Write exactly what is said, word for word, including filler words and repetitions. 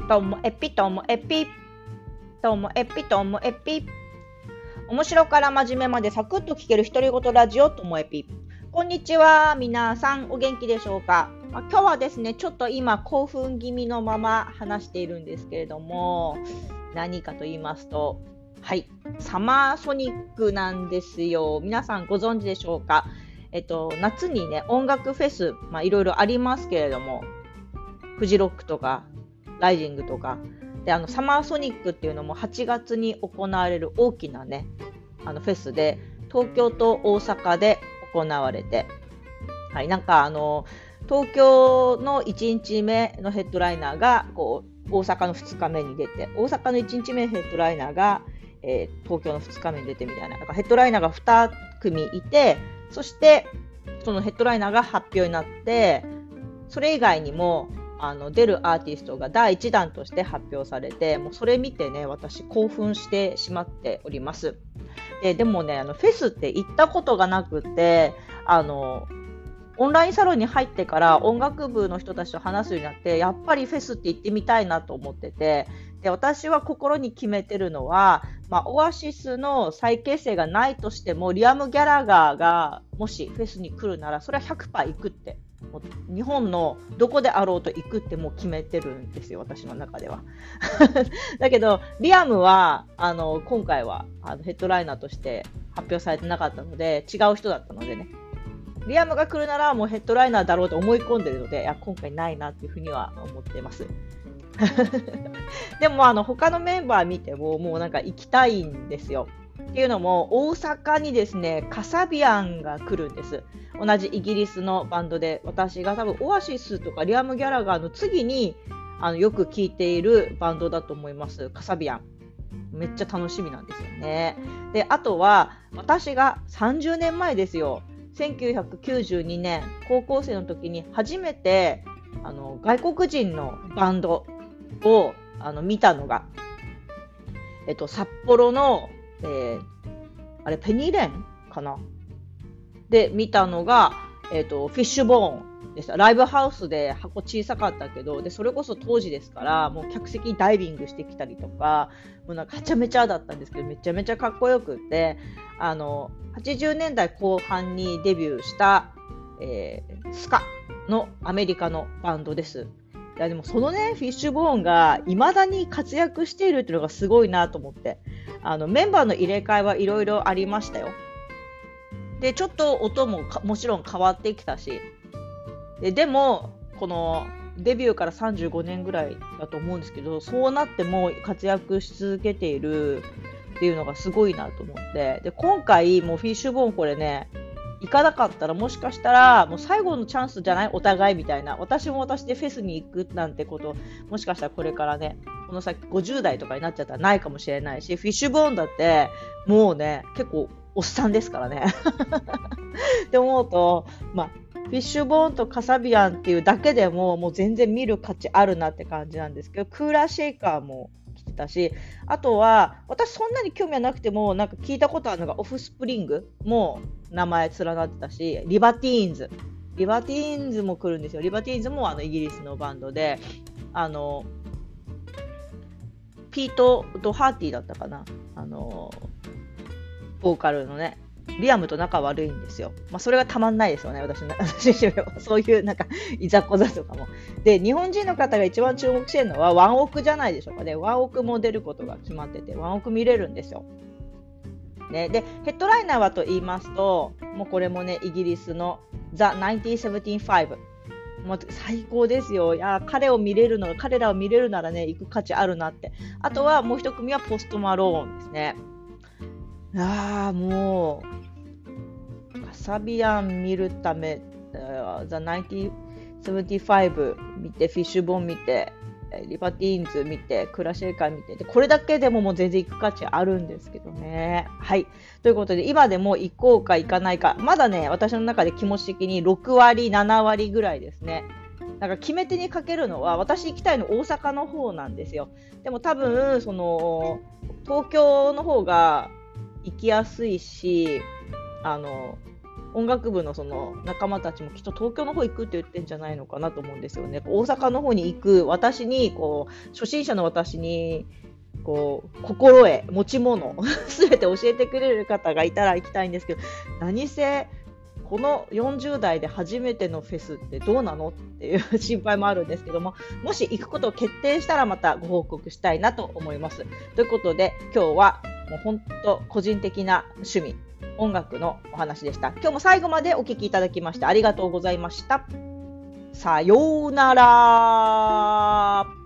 ともえぴともえぴともえぴともえぴ面白から真面目までサクッと聞ける独り言ラジオともえぴ。こんにちは、皆さんお元気でしょうか。まあ、今日はですねちょっと今興奮気味のまま話しているんですけれども、何かと言いますと、はいサマーソニックなんですよ。皆さんご存知でしょうか。えっと夏にね音楽フェス、まあいろいろありますけれども、フジロックとかライジングとかで、あのサマーソニックっていうのもはちがつに行われる大きなねあのフェスで、東京と大阪で行われて、はい、なんかあの東京のいちにちめのヘッドライナーがこう大阪のふつかめに出て、大阪のいちにちめヘッドライナーが、えー、東京のふつかめに出てみたいな、なんかヘッドライナーがに組いて、そしてそのヘッドライナーが発表になって、それ以外にもあの出るアーティストがだいいちだんとして発表されて、もうそれ見てね私興奮してしまっております。で, でもねあのフェスって行ったことがなくて、あのオンラインサロンに入ってから音楽部の人たちと話すようになって、やっぱりフェスって行ってみたいなと思ってて、で私は心に決めてるのは、まあ、オアシスの再結成がないとしてもリアム・ギャラガーがもしフェスに来るならそれは ひゃくパーセント 行くって、もう日本のどこであろうと行くってもう決めてるんですよ、私の中ではだけどリアムはあの今回はあのヘッドライナーとして発表されてなかったので、違う人だったのでね、リアムが来るならもうヘッドライナーだろうと思い込んでるので、いや今回ないなっていうふうには思っていますでもあの他のメンバー見てももうなんか行きたいんですよ。っていうのも大阪にですねカサビアンが来るんです。同じイギリスのバンドで、私が多分オアシスとかリアム・ギャラガーの次にあのよく聴いているバンドだと思います。カサビアンめっちゃ楽しみなんですよね。であとは私がさんじゅうねんまえですよ、せんきゅうひゃくきゅうじゅうにねん高校生の時に初めてあの外国人のバンドをあの見たのが、えっと、札幌の、えー、あれペニーレンかなで見たのが、えっと、フィッシュボーンでした。ライブハウスで箱小さかったけど、でそれこそ当時ですからもう客席にダイビングしてきたりとか、もうなんかはちゃめちゃだったんですけど、めちゃめちゃかっこよくって、あのはちじゅうねんだいこう半にデビューした、えー、スカのアメリカのバンドです。いやでもそのねフィッシュボーンが未だに活躍しているっていうのがすごいなと思って、あのメンバーの入れ替えはいろいろありましたよ。でちょっと音ももちろん変わってきたし、ででもこのデビューからさんじゅうごねんぐらいだと思うんですけど、そうなっても活躍し続けているっていうのがすごいなと思って、で今回もうフィッシュボーンこれね行かなかったらもしかしたらもう最後のチャンスじゃない、お互いみたいな、私も私でフェスに行くなんてこと、もしかしたらこれからねこの先ごじゅうだいとかになっちゃったらないかもしれないし、フィッシュボーンだってもうね結構おっさんですからねって思うと、まあフィッシュボーンとカサビアンっていうだけでももう全然見る価値あるなって感じなんですけど、クーラーシェイカーも来てたし、あとは私そんなに興味はなくてもなんか聞いたことあるのがオフスプリングも名前連なってたし、リバティーンズリバティーンズも来るんですよ。リバティーンズもあのイギリスのバンドで、あのピート・ドハーティだったかな、あのボーカルのねリアムと仲悪いんですよ。まあ、それがたまんないですよね、私の私はそういうなんかいざこざとかも。で日本人の方が一番注目してるのはワンオクじゃないでしょうかね。ワンオクも出ることが決まってて、ワンオク見れるんですよ。ね、でヘッドライナーはと言いますと、もうこれもねイギリスの ザ・せんきゅうひゃくななじゅうご、もう最高ですよ。いや彼を見れるのが彼らを見れるならね行く価値あるなって。あとはもう一組はポストマローンですね。ああもうカサビアン見るため、ザ・せんきゅうひゃくななじゅうご見て、フィッシュボーン見て、リバティーンズ見て、クラシェイカー見て、でこれだけでももう全然行く価値あるんですけどね。はい。ということで今でも行こうか行かないか、まだね私の中で気持ち的にろくわりななわりぐらいですね。なんか決め手にかけるのは私行きたいの大阪の方なんですよ。でも多分その東京の方が行きやすいし、あの音楽部のその仲間たちもきっと東京の方行くって言ってんじゃないのかなと思うんですよね。大阪の方に行く私にこう初心者の私にこう心得持ち物すべて教えてくれる方がいたら行きたいんですけど、何せこのよんじゅう代で初めてのフェスってどうなのっていう心配もあるんですけども、もし行くことを決定したらまたご報告したいなと思います。ということで今日はもう本当個人的な趣味音楽のお話でした。今日も最後までお聞きいただきましてありがとうございました。さようなら。